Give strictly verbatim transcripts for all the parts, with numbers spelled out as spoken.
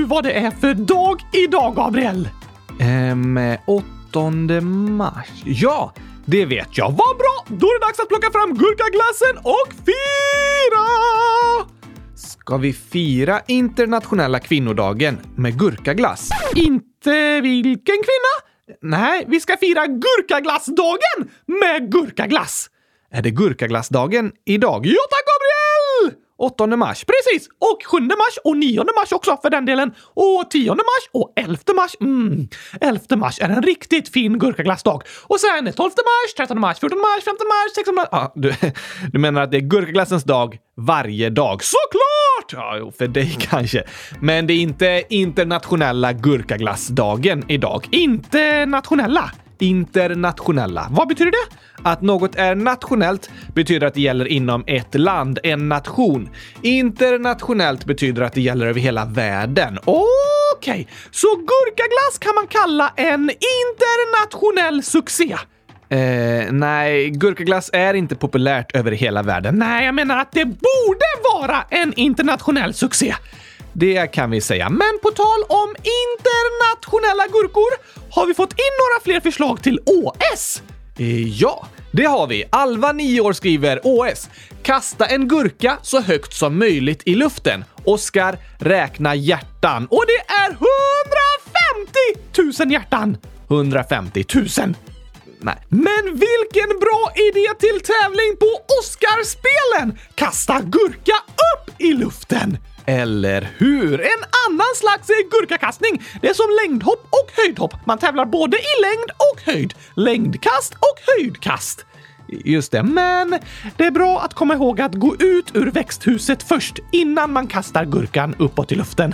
vad det är för dag idag, Gabriel? Ehm, åttonde mars. Ja, det vet jag. Vad bra! Då är det dags att plocka fram gurkaglassen och fira! Ska vi fira internationella kvinnodagen med gurkaglass? Inte vilken kvinna? Nej, vi ska fira gurkaglassdagen med gurkaglass. Är det gurkaglassdagen idag? Ja tack, Gabriel! åttonde mars. Precis, och sjunde mars och nionde mars också för den delen. Och tionde mars och elfte mars. Mm, elfte mars är en riktigt fin gurkaglassdag. Och sen tolfte mars, trettonde mars, fjortonde mars, femtonde mars, sextonde mars. Ja, du, du menar att det är gurkaglassens dag varje dag? Såklart! Ja, jo, för dig kanske. Men det är inte internationella gurkaglassdagen idag. Inte nationella. Internationella. Vad betyder det? Att något är nationellt betyder att det gäller inom ett land, en nation. Internationellt betyder att det gäller över hela världen. Okej, okay. Så gurkaglass kan man kalla en internationell succé? Eh, nej, gurkaglass är inte populärt över hela världen. Nej, jag menar att det borde vara en internationell succé. Det kan vi säga. Men på tal om internationella gurkor har vi fått in några fler förslag till Å S. Eh, ja, det har vi. Alva, nio år, skriver Å S. Kasta en gurka så högt som möjligt i luften. Oskar, räkna hjärtan. Och det är hundrafemtio tusen hjärtan. hundrafemtio tusen. Nej. Men vilken bra idé till tävling på Oscarspelen! Kasta gurka upp i luften! Eller hur? En annan slags gurkakastning. Det är som längdhopp och höjdhopp. Man tävlar både i längd och höjd. Längdkast och höjdkast. Just det, men det är bra att komma ihåg att gå ut ur växthuset först innan man kastar gurkan uppåt i luften.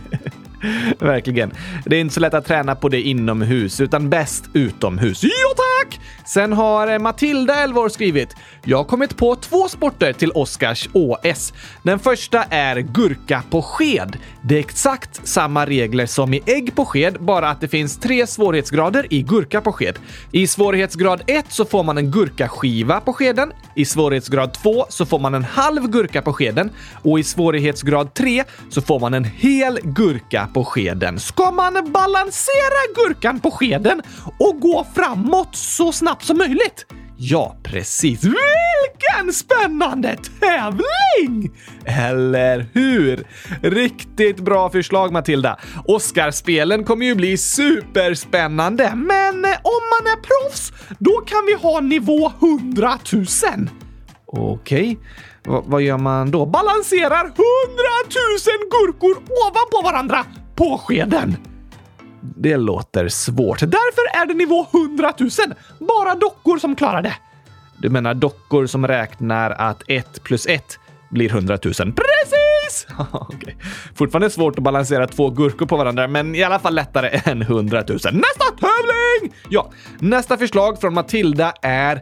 Verkligen. Det är inte så lätt att träna på det inomhus utan bäst utomhus. Ja tack! Sen har Matilda, elva år, skrivit: jag har kommit på två sporter till Oscars Å S. Den första är gurka på sked. Det är exakt samma regler som i ägg på sked, bara att det finns tre svårighetsgrader i gurka på sked. I svårighetsgrad ett så får man en gurkaskiva på skeden. I svårighetsgrad två så får man en halv gurka på skeden. Och i svårighetsgrad tre så får man en hel gurka på skeden. Ska man balansera gurkan på skeden och gå framåt så snabbt som möjligt? Ja, precis. Vilken spännande tävling! Eller hur? Riktigt bra förslag, Matilda. Oscarspelen kommer ju bli superspännande. Men om man är proffs, då kan vi ha nivå hundratusen. Okej. V- vad gör man då? Balanserar hundratusen gurkor ovanpå varandra på skeden. Det låter svårt. Därför är det nivå hundratusen. Bara dockor som klarar det. Du menar dockor som räknar att ett plus ett blir hundratusen? Precis! Okay. Fortfarande svårt att balansera två gurkor på varandra, men i alla fall lättare än hundratusen. Nästa tävling! Ja, nästa förslag från Matilda är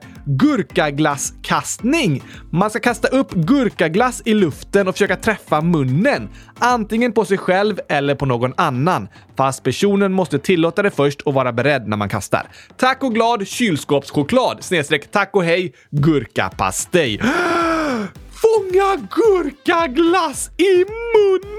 gurkaglasskastning. Man ska kasta upp gurkaglass i luften och försöka träffa munnen. Antingen på sig själv eller på någon annan. Fast personen måste tillåta det först och vara beredd när man kastar. Tack och glad kylskåpschoklad. Snedstreck tack och hej gurkapastej. Fånga gurkaglass i munnen!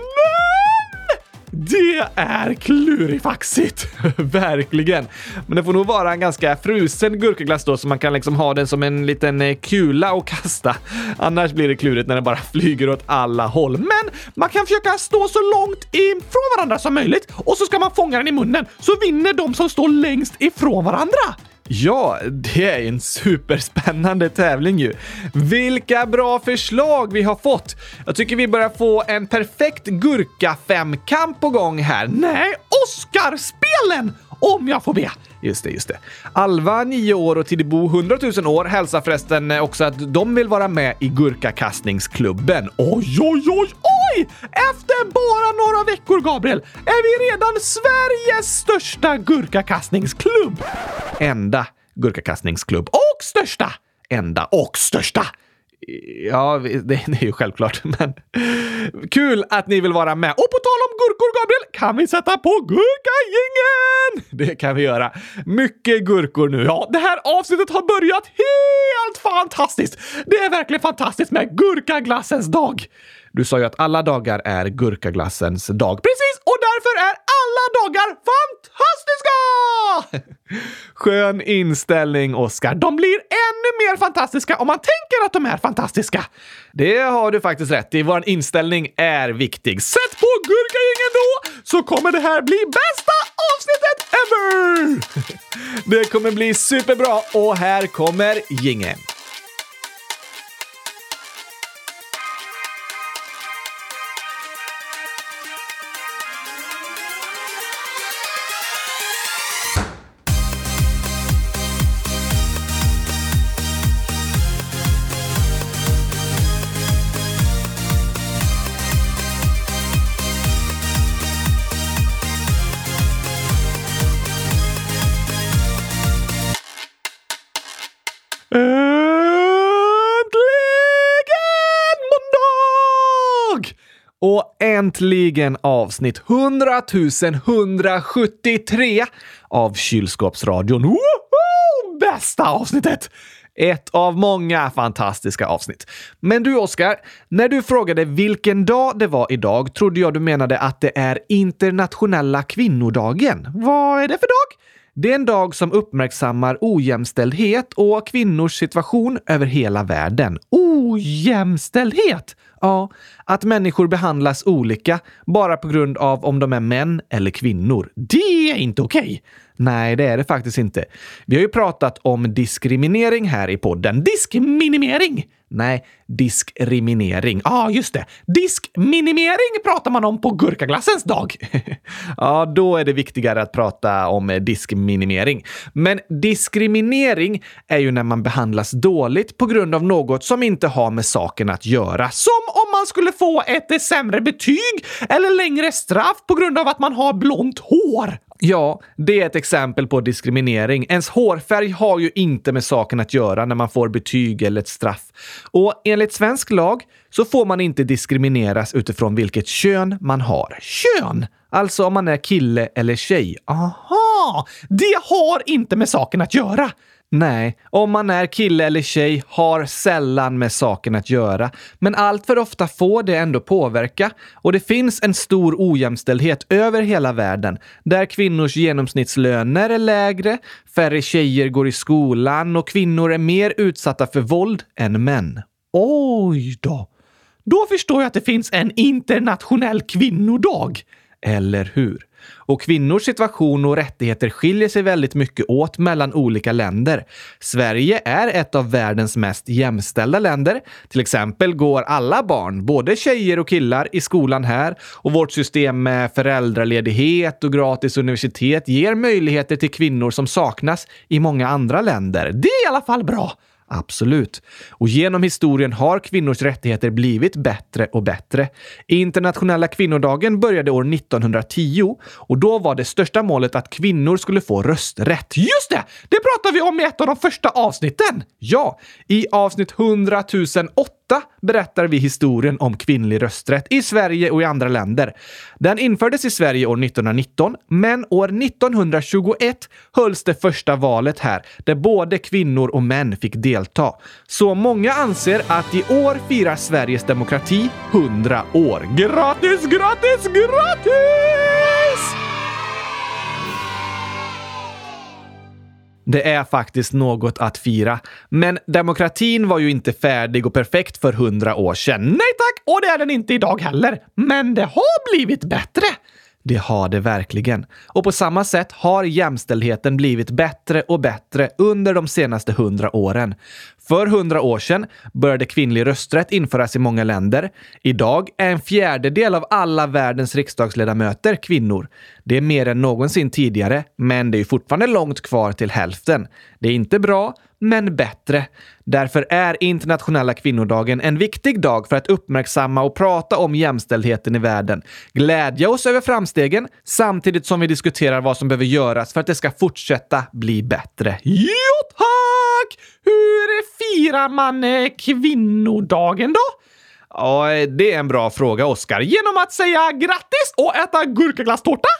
Det är klurifaxigt. Verkligen. Men det får nog vara en ganska frusen gurkaglass då, så man kan liksom ha den som en liten kula och kasta. Annars blir det klurigt när den bara flyger åt alla håll. Men man kan försöka stå så långt ifrån varandra som möjligt och så ska man fånga den i munnen, så vinner de som står längst ifrån varandra. Ja, det är en superspännande tävling ju. Vilka bra förslag vi har fått. Jag tycker vi börjar få en perfekt gurka-femkamp på gång här. Nej, Oscarspelen! Om jag får be. Just det, just det. Alva, nio år, och Tidibo, hundratusen år, hälsar förresten också att de vill vara med i gurkakastningsklubben. Oj, oj, oj, oj! Efter bara några veckor, Gabriel, är vi redan Sveriges största gurkakastningsklubb. Enda gurkakastningsklubb. Och största. Enda och största. Ja, det är ju självklart, men kul att ni vill vara med. Och på tal om gurkor, Gabriel, kan vi sätta på gurkagingen? Det kan vi göra. Mycket gurkor nu. Ja, det här avsnittet har börjat helt fantastiskt. Det är verkligen fantastiskt med gurkaglassens dag. Du sa ju att alla dagar är gurkaglassens dag. Precis, och där därför är alla dagar fantastiska! Skön inställning, Oskar. De blir ännu mer fantastiska om man tänker att de är fantastiska. Det har du faktiskt rätt i. Vår inställning är viktig. Sätt på gurkagängen då, så kommer det här bli bästa avsnittet ever! Det kommer bli superbra och här kommer jingeln. Och äntligen avsnitt hundratusen etthundrasjuttiotre av Kylskåpsradion. Woho! Bästa avsnittet! Ett av många fantastiska avsnitt. Men du, Oskar, när du frågade vilken dag det var idag trodde jag du menade att det är internationella kvinnodagen. Vad är det för dag? Det är en dag som uppmärksammar ojämställdhet och kvinnors situation över hela världen. Ojämställdhet? Ja, att människor behandlas olika bara på grund av om de är män eller kvinnor. Det är inte okej. Nej, det är det faktiskt inte. Vi har ju pratat om diskriminering här i podden. Diskminimering? Nej, diskriminering. Ja, ah, just det. Diskminimering pratar man om på gurkaglassens dag. Ja, då är det viktigare att prata om diskminimering. Men diskriminering är ju när man behandlas dåligt på grund av något som inte har med saken att göra. Som om man skulle få ett sämre betyg eller längre straff på grund av att man har blont hår. Ja, det är ett exempel på diskriminering. Ens hårfärg har ju inte med saken att göra när man får betyg eller ett straff. Och enligt svensk lag så får man inte diskrimineras utifrån vilket kön man har. Kön? Alltså om man är kille eller tjej. Aha, det har inte med saken att göra. Nej, om man är kille eller tjej har sällan med saken att göra. Men allt för ofta får det ändå påverka. Och det finns en stor ojämställdhet över hela världen. Där kvinnors genomsnittslöner är lägre, färre tjejer går i skolan och kvinnor är mer utsatta för våld än män. Oj då. Då förstår jag att det finns en internationell kvinnodag. Eller hur? Och kvinnors situation och rättigheter skiljer sig väldigt mycket åt mellan olika länder. Sverige är ett av världens mest jämställda länder. Till exempel går alla barn, både tjejer och killar, i skolan här. Och vårt system med föräldraledighet och gratis universitet ger möjligheter till kvinnor som saknas i många andra länder. Det är i alla fall bra. Absolut. Och genom historien har kvinnors rättigheter blivit bättre och bättre. Internationella kvinnodagen började år nittonhundratio och då var det största målet att kvinnor skulle få rösträtt. Just det! Det pratade vi om i ett av de första avsnitten. Ja, i avsnitt hundratusen åtta berättar vi historien om kvinnlig rösträtt i Sverige och i andra länder. Den infördes i Sverige år nittonhundranitton, men år nittonhundratjugoett hölls det första valet här, där både kvinnor och män fick delta. Så många anser att i år firar Sveriges demokrati hundra år. Gratis, gratis, gratis! Det är faktiskt något att fira. Men demokratin var ju inte färdig och perfekt för hundra år sedan. Nej tack, och det är den inte idag heller. Men det har blivit bättre. Det har det verkligen. Och på samma sätt har jämställdheten blivit bättre och bättre under de senaste hundra åren. För hundra år sedan började kvinnlig rösträtt införas i många länder. Idag är en fjärdedel av alla världens riksdagsledamöter kvinnor. Det är mer än någonsin tidigare, men det är fortfarande långt kvar till hälften. Det är inte bra, men bättre. Därför är internationella kvinnodagen en viktig dag för att uppmärksamma och prata om jämställdheten i världen. Glädja oss över framstegen samtidigt som vi diskuterar vad som behöver göras för att det ska fortsätta bli bättre. Jo tack! Hur firar man eh, kvinnodagen då? Ja, det är en bra fråga, Oskar. Genom att säga grattis och äta gurkaglasstårta?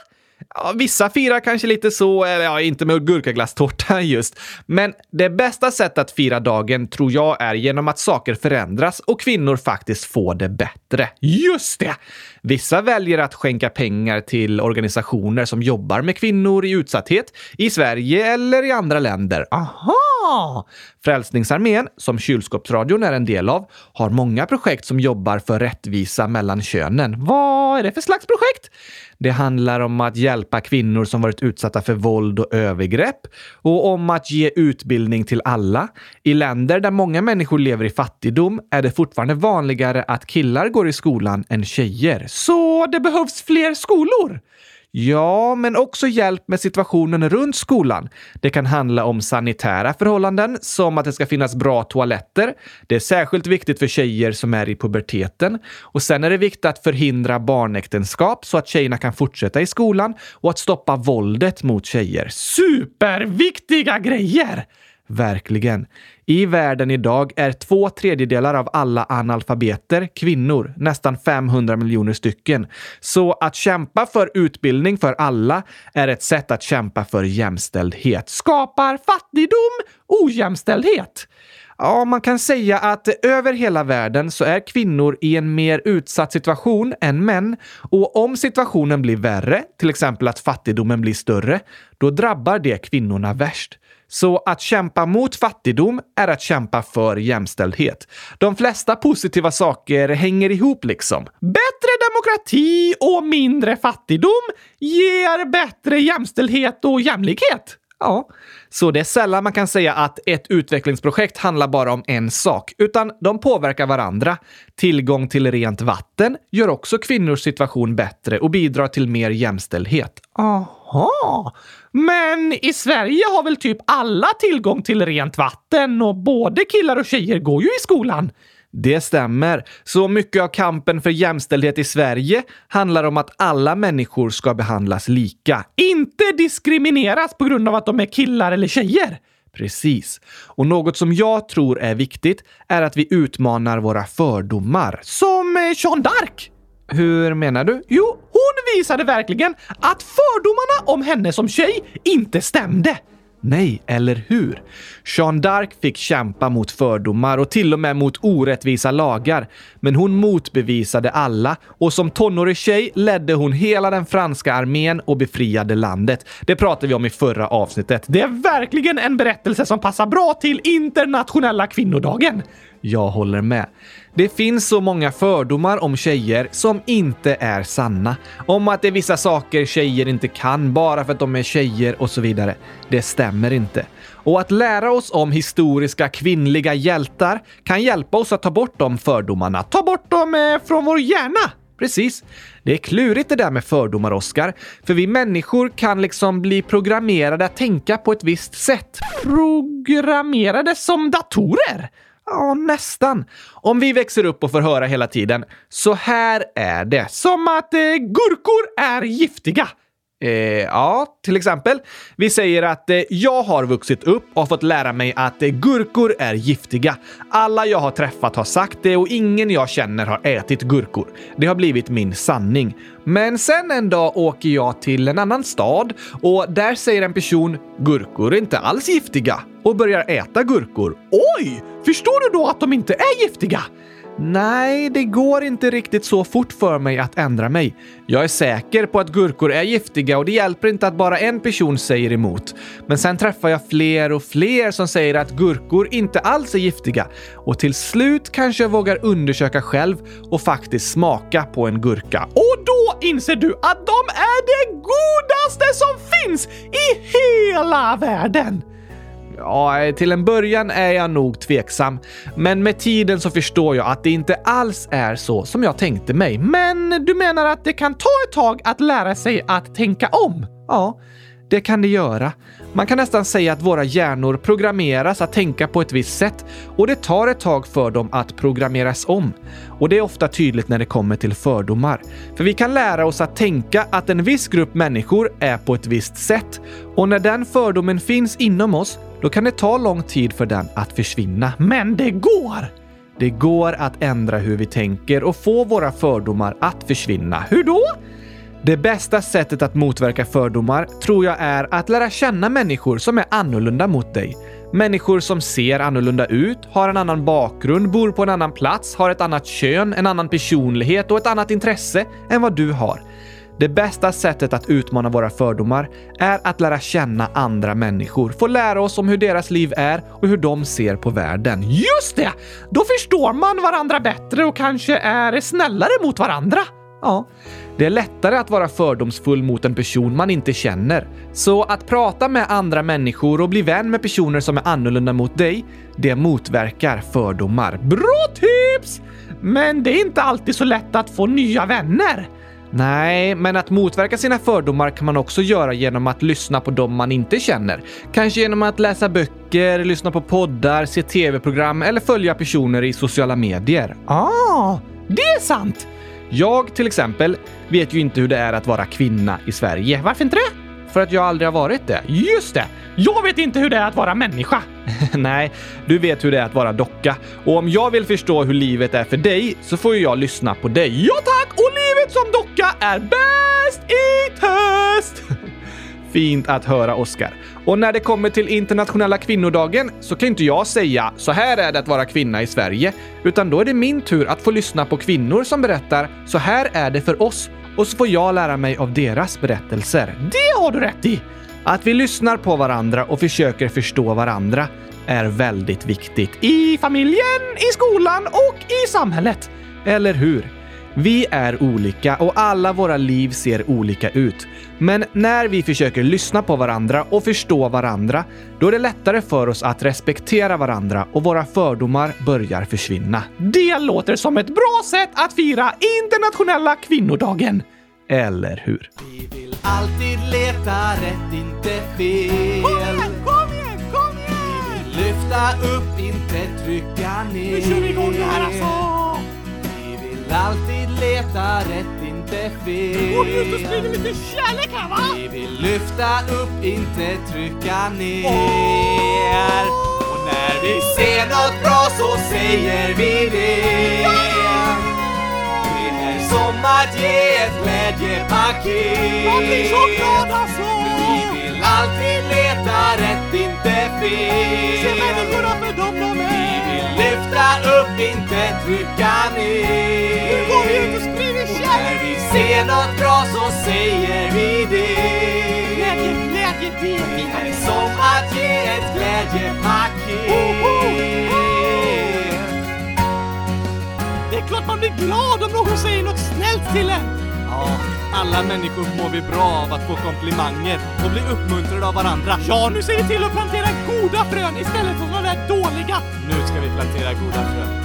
Ja, vissa firar kanske lite så, eller ja, inte med gurkaglasstårta just. Men det bästa sättet att fira dagen tror jag är genom att saker förändras och kvinnor faktiskt får det bättre. Just det! Vissa väljer att skänka pengar till organisationer som jobbar med kvinnor i utsatthet i Sverige eller i andra länder. Aha! Frälsningsarmén, som Kylskåpsradion är en del av, har många projekt som jobbar för rättvisa mellan könen. Vad är det för slags projekt? Det handlar om att hjälpa kvinnor som varit utsatta för våld och övergrepp och om att ge utbildning till alla. I länder där många människor lever i fattigdom är det fortfarande vanligare att killar går i skolan än tjejer. Så det behövs fler skolor? Ja, men också hjälp med situationen runt skolan. Det kan handla om sanitära förhållanden, som att det ska finnas bra toaletter. Det är särskilt viktigt för tjejer som är i puberteten. Och sen är det viktigt att förhindra barnäktenskap så att tjejerna kan fortsätta i skolan och att stoppa våldet mot tjejer. Superviktiga grejer! Verkligen. I världen idag är två tredjedelar av alla analfabeter kvinnor, nästan femhundra miljoner stycken. Så att kämpa för utbildning för alla är ett sätt att kämpa för jämställdhet. Skapar fattigdom ojämställdhet? Ja, man kan säga att över hela världen så är kvinnor i en mer utsatt situation än män. Och om situationen blir värre, till exempel att fattigdomen blir större, då drabbar det kvinnorna värst. Så att kämpa mot fattigdom är att kämpa för jämställdhet. De flesta positiva saker hänger ihop liksom. Bättre demokrati och mindre fattigdom ger bättre jämställdhet och jämlikhet. Ja, så det är sällan man kan säga att ett utvecklingsprojekt handlar bara om en sak, utan de påverkar varandra. Tillgång till rent vatten gör också kvinnors situation bättre och bidrar till mer jämställdhet. Aha, men i Sverige har väl typ alla tillgång till rent vatten och både killar och tjejer går ju i skolan. Det stämmer. Så mycket av kampen för jämställdhet i Sverige handlar om att alla människor ska behandlas lika. Inte diskrimineras på grund av att de är killar eller tjejer. Precis. Och något som jag tror är viktigt är att vi utmanar våra fördomar. Som eh, Jeanne d'Arc. Hur menar du? Jo, hon visade verkligen att fördomarna om henne som tjej inte stämde. Nej, eller hur? Jeanne d'Arc fick kämpa mot fördomar och till och med mot orättvisa lagar. Men hon motbevisade alla och som tonårig tjej ledde hon hela den franska armén och befriade landet. Det pratade vi om i förra avsnittet. Det är verkligen en berättelse som passar bra till internationella kvinnodagen. Jag håller med. Det finns så många fördomar om tjejer som inte är sanna. Om att det är vissa saker tjejer inte kan bara för att de är tjejer och så vidare. Det stämmer inte. Och att lära oss om historiska kvinnliga hjältar kan hjälpa oss att ta bort de fördomarna. Ta bort dem eh, från vår hjärna. Precis. Det är klurigt det där med fördomar, Oskar. För vi människor kan liksom bli programmerade att tänka på ett visst sätt. Programmerade som datorer? Ja, nästan. Om vi växer upp och får höra hela tiden, så här är det. Som att eh, gurkor är giftiga. Eh, ja, till exempel. Vi säger att eh, jag har vuxit upp och har fått lära mig att eh, gurkor är giftiga. Alla jag har träffat har sagt det och ingen jag känner har ätit gurkor. Det har blivit min sanning. Men sen en dag åker jag till en annan stad och där säger en person gurkor är inte alls giftiga och börjar äta gurkor. Oj! Förstår du då att de inte är giftiga? Nej, det går inte riktigt så fort för mig att ändra mig. Jag är säker på att gurkor är giftiga och det hjälper inte att bara en person säger emot. Men sen träffar jag fler och fler som säger att gurkor inte alls är giftiga. Och till slut kanske jag vågar undersöka själv och faktiskt smaka på en gurka. Och då inser du att de är det godaste som finns i hela världen! Ja, till en början är jag nog tveksam. Men med tiden så förstår jag att det inte alls är så som jag tänkte mig. Men du menar att det kan ta ett tag att lära sig att tänka om? Ja, det kan det göra. Man kan nästan säga att våra hjärnor programmeras att tänka på ett visst sätt och det tar ett tag för dem att programmeras om. Och det är ofta tydligt när det kommer till fördomar. För vi kan lära oss att tänka att en viss grupp människor är på ett visst sätt. Och när den fördomen finns inom oss, då kan det ta lång tid för den att försvinna. Men det går! Det går att ändra hur vi tänker och få våra fördomar att försvinna. Hur då? Det bästa sättet att motverka fördomar tror jag är att lära känna människor som är annorlunda mot dig. Människor som ser annorlunda ut, har en annan bakgrund, bor på en annan plats, har ett annat kön, en annan personlighet och ett annat intresse än vad du har. Det bästa sättet att utmana våra fördomar är att lära känna andra människor. Få lära oss om hur deras liv är och hur de ser på världen. Just det! Då förstår man varandra bättre och kanske är snällare mot varandra. Ja, det är lättare att vara fördomsfull mot en person man inte känner. Så att prata med andra människor och bli vän med personer som är annorlunda mot dig, det motverkar fördomar. Bra tips! Men det är inte alltid så lätt att få nya vänner. Nej, men att motverka sina fördomar kan man också göra genom att lyssna på dem man inte känner. Kanske genom att läsa böcker, lyssna på poddar, se tv-program eller följa personer i sociala medier. Ah, det är sant! Jag till exempel vet ju inte hur det är att vara kvinna i Sverige. Varför inte det? För att jag aldrig har varit det. Just det! Jag vet inte hur det är att vara människa. Nej, du vet hur det är att vara docka. Och om jag vill förstå hur livet är för dig så får ju jag lyssna på dig. Ja tack! Och livet som docka är bäst i test! Fint att höra, Oskar. Och när det kommer till internationella kvinnodagen så kan inte jag säga så här är det att vara kvinna i Sverige. Utan då är det min tur att få lyssna på kvinnor som berättar så här är det för oss. Och så får jag lära mig av deras berättelser. Det har du rätt i! Att vi lyssnar på varandra och försöker förstå varandra är väldigt viktigt. I familjen, i skolan och i samhället. Eller hur? Vi är olika och alla våra liv ser olika ut. Men när vi försöker lyssna på varandra och förstå varandra, då är det lättare för oss att respektera varandra och våra fördomar börjar försvinna. Det låter som ett bra sätt att fira internationella kvinnodagen. Eller hur? Vi vill alltid leta rätt, inte fel. Kom igen, kom igen, kom igen! Vi vill lyfta upp, inte trycka ner. Nu kör vi igång det här alltså! Vi vill alltid leta rätt, inte fel. Och ut och sprider lite kärlek här, va? Vi vill lyfta upp, inte trycka ner. Och när vi ser något bra så säger vi det. Det är som att ge ett glädjepaket. Jag blir så glad alltså! Vi vill alltid leta rätt, inte fel. Se människorna för dem de är. Vi vill lyfta upp, inte trycka ner. Nu går vi ut och sprider kärlek. När vi ser något bra så säger vi det. Glädje, glädje, det Det är som att ge ett glädjepaket. Oh, oh, oh. Det är klart man blir glad om någon säger något snällt till en. Ja, alla människor mår vi bra av att få komplimanger och bli uppmuntrade av varandra. Ja, nu ser vi till att plantera goda frön istället för de där dåliga. Nu ska vi plantera goda frön.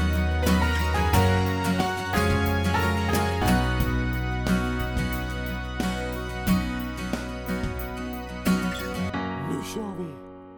Nu kör vi.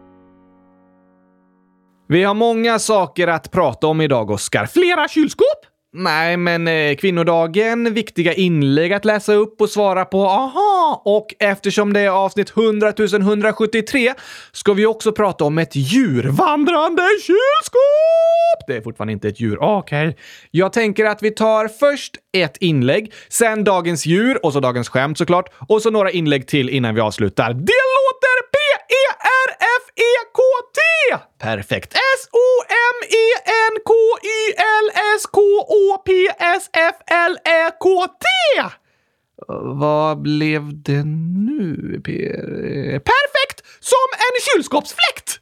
Vi har många saker att prata om idag, Oskar. Flera kylskåp? Nej, men eh, kvinnodagen, viktiga inlägg att läsa upp och svara på. Aha! Och eftersom det är avsnitt hundratusen etthundrasjuttiotre ska vi också prata om ett djur. Vandrande kylskåp! Det är fortfarande inte ett djur. Okej. Okay. Jag tänker att vi tar först ett inlägg, sen dagens djur och så dagens skämt såklart. Och så några inlägg till innan vi avslutar. Det låter P E R F E K T! Perfekt. S O M E N K Y L S K O P S F L Ä K T! Vad blev det nu, P- Perfekt! Som en kylskåpsfläkt!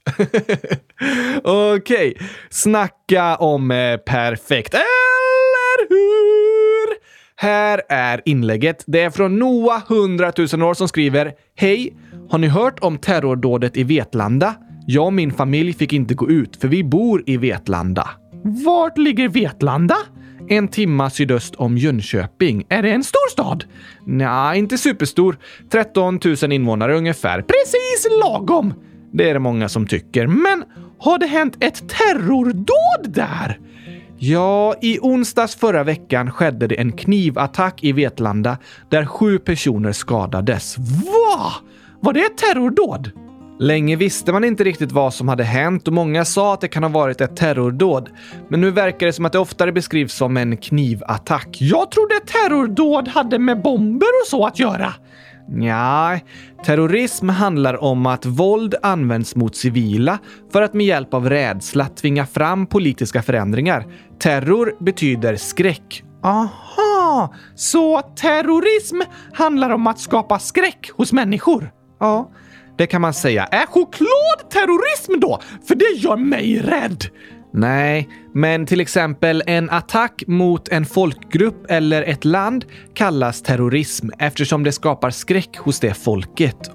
Okej, okay. Snacka om eh, perfekt. Eller hur? Här är inlägget. Det är från Noah, hundratusen år, som skriver: Hej, har ni hört om terrordådet i Vetlanda? Jag och min familj fick inte gå ut för vi bor i Vetlanda. Vart ligger Vetlanda? En timma sydöst om Jönköping. Är det en stor stad? Nej, inte superstor. tretton tusen invånare ungefär. Precis lagom. Det är det många som tycker. Men har det hänt ett terrordåd där? Ja, i onsdags förra veckan skedde det en knivattack i Vetlanda där sju personer skadades. Va? Var det ett terrordåd? Länge visste man inte riktigt vad som hade hänt och många sa att det kan ha varit ett terrordåd. Men nu verkar det som att det oftare beskrivs som en knivattack. Jag trodde terrordåd hade med bomber och så att göra. Ja, terrorism handlar om att våld används mot civila för att med hjälp av rädsla tvinga fram politiska förändringar. Terror betyder skräck. Aha, så terrorism handlar om att skapa skräck hos människor? Ja, det kan man säga. Är choklad terrorism då? För det gör mig rädd. Nej, men till exempel en attack mot en folkgrupp eller ett land kallas terrorism eftersom det skapar skräck hos det folket.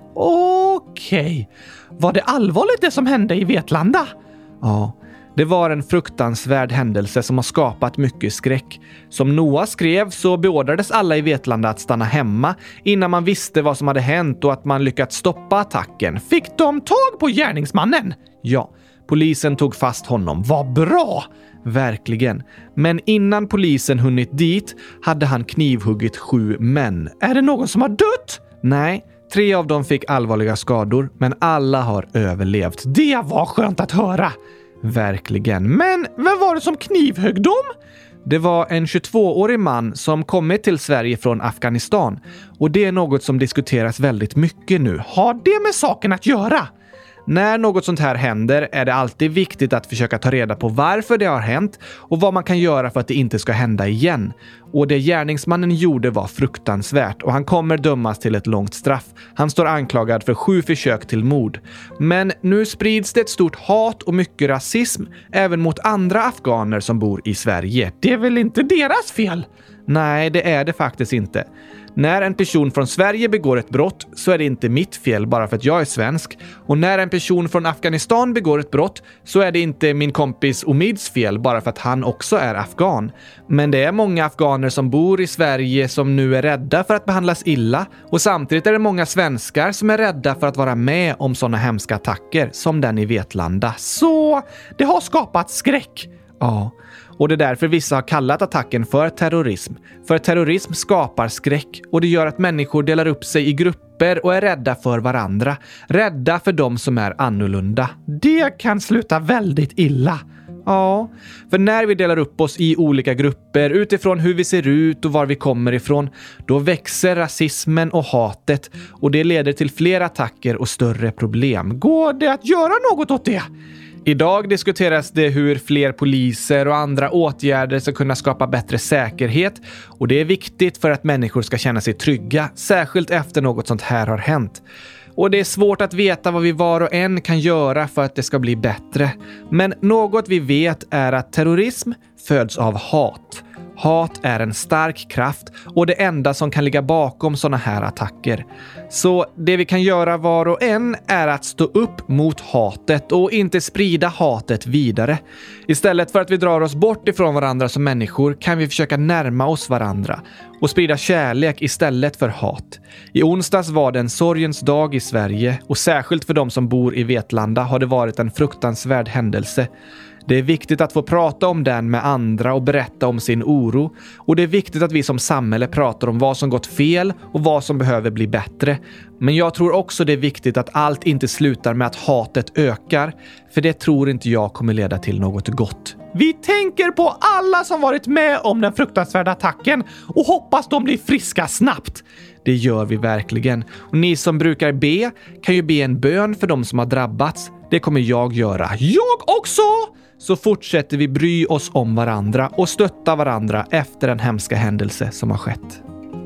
Okej. Var det allvarligt det som hände i Vetlanda? Ja, det var en fruktansvärd händelse som har skapat mycket skräck. Som Noah skrev så beordrades alla i Vetlanda att stanna hemma innan man visste vad som hade hänt och att man lyckats stoppa attacken. Fick de tag på gärningsmannen? Ja. Polisen tog fast honom. Vad bra! Verkligen. Men innan polisen hunnit dit hade han knivhuggit sju män. Är det någon som har dött? Nej, tre av dem fick allvarliga skador, men alla har överlevt. Det var skönt att höra. Verkligen. Men vem var det som knivhögg dem? Det var en tjugotvåårig man som kommit till Sverige från Afghanistan. Och det är något som diskuteras väldigt mycket nu. Har det med saken att göra? När något sånt här händer är det alltid viktigt att försöka ta reda på varför det har hänt och vad man kan göra för att det inte ska hända igen. Och det gärningsmannen gjorde var fruktansvärt och han kommer dömas till ett långt straff. Han står anklagad för sju försök till mord. Men nu sprids det ett stort hat och mycket rasism även mot andra afghaner som bor i Sverige. Det är väl inte deras fel? Nej, det är det faktiskt inte. När en person från Sverige begår ett brott så är det inte mitt fel bara för att jag är svensk. Och när en person från Afghanistan begår ett brott så är det inte min kompis Omids fel bara för att han också är afghan. Men det är många afghaner som bor i Sverige som nu är rädda för att behandlas illa. Och samtidigt är det många svenskar som är rädda för att vara med om sådana hemska attacker som den i Vetlanda. Så det har skapat skräck? Ja. Och det är därför vissa har kallat attacken för terrorism. För terrorism skapar skräck och det gör att människor delar upp sig i grupper och är rädda för varandra. Rädda för de som är annorlunda. Det kan sluta väldigt illa. Ja, för när vi delar upp oss i olika grupper utifrån hur vi ser ut och var vi kommer ifrån, då växer rasismen och hatet och det leder till fler attacker och större problem. Går det att göra något åt det? Idag diskuteras det hur fler poliser och andra åtgärder ska kunna skapa bättre säkerhet och det är viktigt för att människor ska känna sig trygga, särskilt efter något sånt här har hänt. Och det är svårt att veta vad vi var och en kan göra för att det ska bli bättre. Men något vi vet är att terrorism föds av hat. Hat är en stark kraft och det enda som kan ligga bakom såna här attacker. Så det vi kan göra var och en är att stå upp mot hatet och inte sprida hatet vidare. Istället för att vi drar oss bort ifrån varandra som människor kan vi försöka närma oss varandra och sprida kärlek istället för hat. I onsdags var det en sorgens dag i Sverige och särskilt för de som bor i Vetlanda har det varit en fruktansvärd händelse. Det är viktigt att få prata om den med andra och berätta om sin oro. Och det är viktigt att vi som samhälle pratar om vad som gått fel och vad som behöver bli bättre. Men jag tror också det är viktigt att allt inte slutar med att hatet ökar. För det tror inte jag kommer leda till något gott. Vi tänker på alla som varit med om den fruktansvärda attacken och hoppas de blir friska snabbt. Det gör vi verkligen. Och ni som brukar be kan ju be en bön för de som har drabbats. Det kommer jag göra. Jag också! Så fortsätter vi bry oss om varandra och stötta varandra efter den hemska händelse som har skett.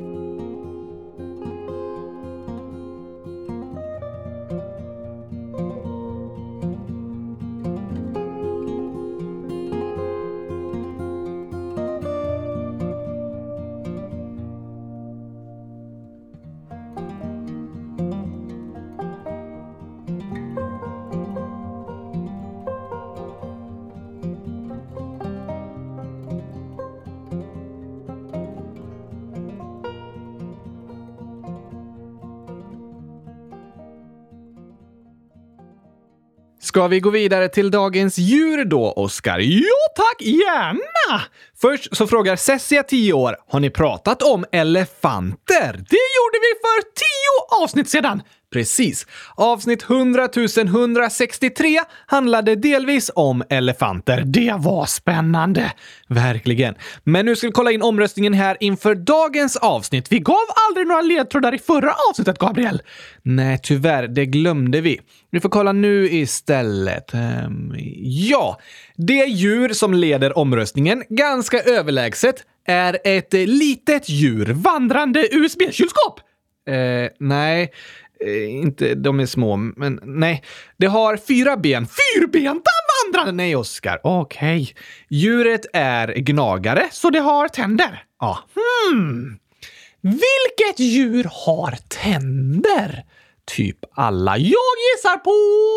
Ska vi gå vidare till dagens djur då, Oskar? Jo tack, gärna! Först så frågar Cessia, tio år, har ni pratat om elefanter? Det gjorde vi för tio avsnitt sedan. Precis. Avsnitt hundratusen etthundrasextiotre handlade delvis om elefanter. Det var spännande. Verkligen. Men nu ska vi kolla in omröstningen här inför dagens avsnitt. Vi gav aldrig några ledtrådar i förra avsnittet, Gabriel. Nej, tyvärr. Det glömde vi. Vi får kolla nu istället. Um, ja, det djur som leder omröstningen ganska överlägset är ett litet djur. Vandrande U S B-kylskåp? Eh, nej, eh, inte de är små, men nej. Det har fyra ben. Fyrbenta vandrande? Nej, Oskar. Okej. Okay. Djuret är gnagare. Så det har tänder? Ja. Hmm. Vilket djur har tänder? Typ alla. Jag gissar på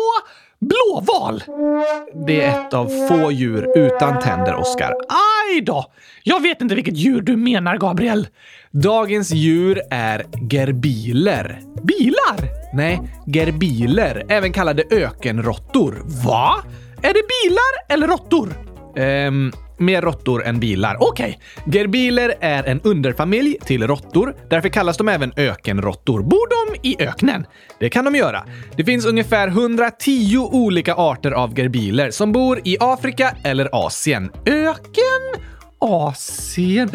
blåval. Det är ett av få djur utan tänder, Oskar. Aj då! Jag vet inte vilket djur du menar, Gabriel. Dagens djur är gerbiler. Bilar? Nej, gerbiler. Även kallade ökenråttor. Va? Är det bilar eller råttor? Ehm... Mer råttor än bilar. Okej. Okay. Gerbiler är en underfamilj till råttor. Därför kallas de även ökenråttor. Bor de i öknen? Det kan de göra. Det finns ungefär hundratio olika arter av gerbiler som bor i Afrika eller Asien. Öken? Asien?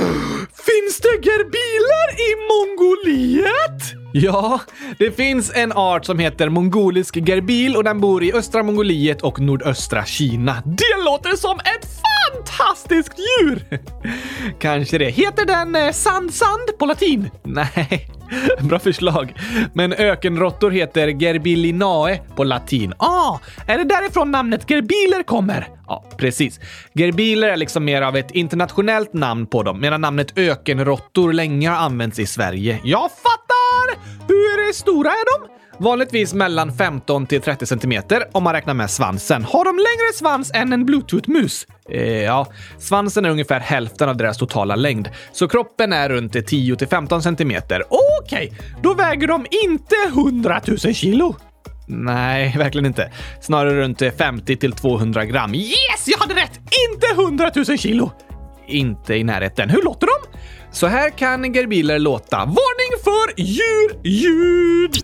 Finns det gerbiler i Mongoliet? Ja, det finns en art som heter mongolisk gerbil och den bor i östra Mongoliet och nordöstra Kina. Det låter som ett fantastiskt djur! Kanske det. Heter den eh, sand-sand på latin? Nej, bra förslag. Men ökenråttor heter gerbilinae på latin. Ah, är det därifrån namnet gerbiler kommer? Ja, precis. Gerbiler är liksom mer av ett internationellt namn på dem, medan namnet ökenråttor länge har använts i Sverige. Jag fattar! Hur stora är de? Vanligtvis mellan femton till trettio centimeter om man räknar med svansen. Har de längre svans än en Bluetooth-mus? Eh, ja, svansen är ungefär hälften av deras totala längd. Så kroppen är runt tio till femton centimeter. Okej, okay, då väger de inte hundratusen kilo. Nej, verkligen inte. Snarare runt femtio till tvåhundra gram. Yes, jag hade rätt! Inte hundratusen kilo. Inte i närheten. Hur låter de? Så här kan gerbiler låta. Varning för djurljud!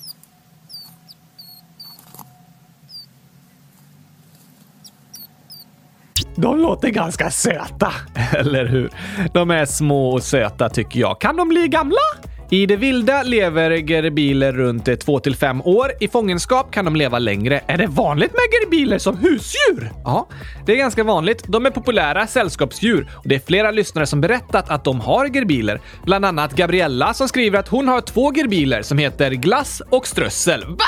De låter ganska söta. Eller hur? De är små och söta tycker jag. Kan de bli gamla? I det vilda lever gerbiler runt två till fem år. I fångenskap kan de leva längre. Är det vanligt med gerbiler som husdjur? Ja, det är ganska vanligt. De är populära sällskapsdjur. Och det är flera lyssnare som berättat att de har gerbiler. Bland annat Gabriella som skriver att hon har två gerbiler som heter Glass och Strössel. Va?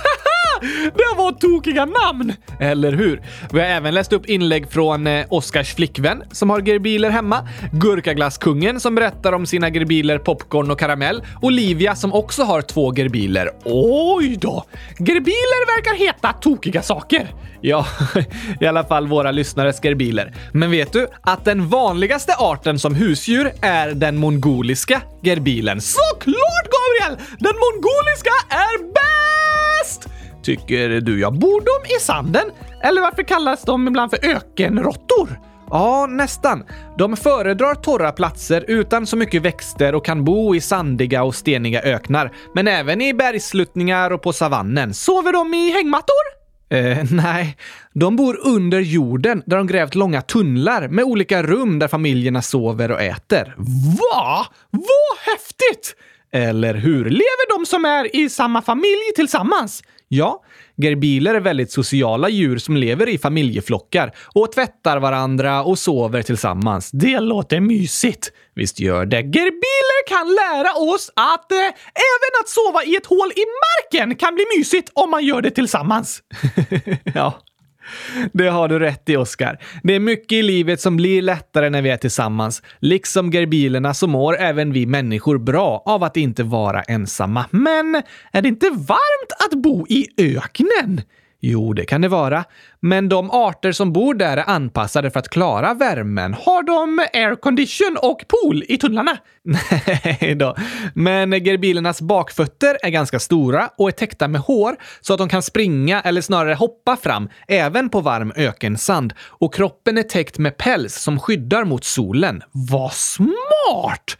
Det var tokiga namn! Eller hur? Vi har även läst upp inlägg från eh, Oskars flickvän som har gerbiler hemma, Gurkaglasskungen som berättar om sina gerbiler Popcorn och Karamell, Olivia som också har två gerbiler. Oj då! Gerbiler verkar heta tokiga saker. Ja, i alla fall våra lyssnares gerbiler. Men vet du att den vanligaste arten som husdjur är den mongoliska gerbilen? Såklart, Gabriel! Den mongoliska är bäst! Tycker du jag? Bor de i sanden? Eller varför kallas de ibland för ökenråttor? Ja, nästan. De föredrar torra platser utan så mycket växter och kan bo i sandiga och steniga öknar. Men även i bergsluttningar och på savannen. Sover de i hängmattor? Eh, nej, de bor under jorden där de grävt långa tunnlar med olika rum där familjerna sover och äter. Va? Vad häftigt! Eller hur? Lever de som är i samma familj tillsammans? Ja, gerbiler är väldigt sociala djur som lever i familjeflockar och tvättar varandra och sover tillsammans. Det låter mysigt. Visst gör det. Gerbiler kan lära oss att eh, även att sova i ett hål i marken kan bli mysigt om man gör det tillsammans. Ja. Det har du rätt i, Oskar. Det är mycket i livet som blir lättare när vi är tillsammans. Liksom gerbilerna så mår även vi människor bra av att inte vara ensamma. Men är det inte varmt att bo i öknen? Jo, det kan det vara. Men de arter som bor där är anpassade för att klara värmen. Har de aircondition och pool i tunnlarna? Nej då. Men gerbilernas bakfötter är ganska stora och är täckta med hår så att de kan springa eller snarare hoppa fram även på varm ökensand. Och kroppen är täckt med päls som skyddar mot solen. Vad smart!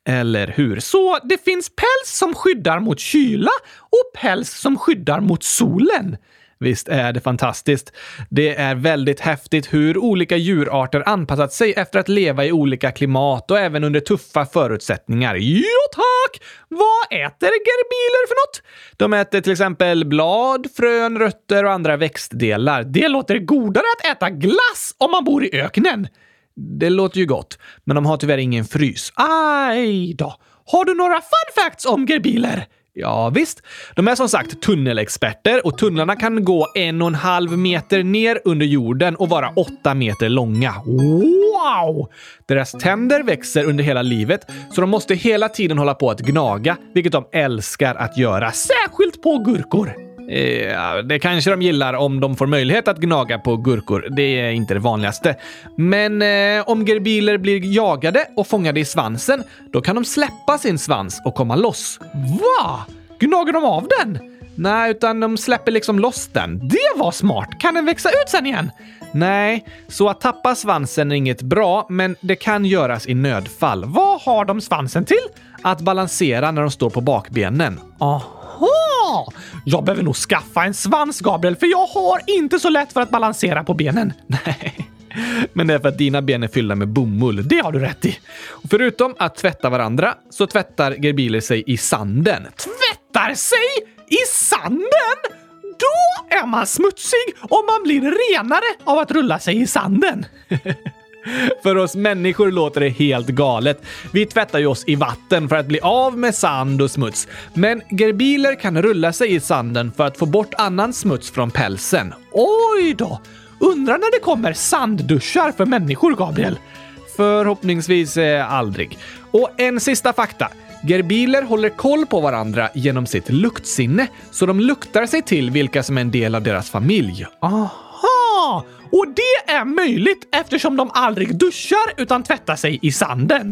Eller hur? Så det finns päls som skyddar mot kyla och päls som skyddar mot solen. Visst är det fantastiskt. Det är väldigt häftigt hur olika djurarter anpassat sig efter att leva i olika klimat och även under tuffa förutsättningar. Jo tack! Vad äter gerbiler för något? De äter till exempel blad, frön, rötter och andra växtdelar. Det låter godare att äta glass om man bor i öknen. Det låter ju gott, men de har tyvärr ingen frys. Aj då. Har du några fun facts om gerbiler? Ja, visst. De är som sagt tunnelexperter och tunnlarna kan gå en och en halv meter ner under jorden och vara åtta meter långa. Wow! Deras tänder växer under hela livet så de måste hela tiden hålla på att gnaga, vilket de älskar att göra. Särskilt på gurkor. Ja, det kanske de gillar om de får möjlighet att gnaga på gurkor. Det är inte det vanligaste. Men eh, om gerbiler blir jagade och fångade i svansen, då kan de släppa sin svans och komma loss. Va? Gnager de av den? Nej, utan de släpper liksom loss den. Det var smart. Kan den växa ut sen igen? Nej, så att tappa svansen är inget bra, men det kan göras i nödfall. Vad har de svansen till? Att balansera när de står på bakbenen. Aha! Jag behöver nog skaffa en svans, Gabriel, för jag har inte så lätt för att balansera på benen. Nej, men det är för att dina ben är fyllda med bomull. Det har du rätt i. Och förutom att tvätta varandra så tvättar gerbiler sig i sanden. Tvättar sig i sanden? Då är man smutsig och man blir renare av att rulla sig i sanden. För oss människor låter det helt galet. Vi tvättar ju oss i vatten för att bli av med sand och smuts. Men gerbiler kan rulla sig i sanden för att få bort annan smuts från pälsen. Oj då! Undrar när det kommer sandduschar för människor, Gabriel. Förhoppningsvis eh, aldrig. Och en sista fakta. Gerbiler håller koll på varandra genom sitt luktsinne, så de luktar sig till vilka som är en del av deras familj. Aha! Och det är möjligt eftersom de aldrig duschar utan tvättar sig i sanden.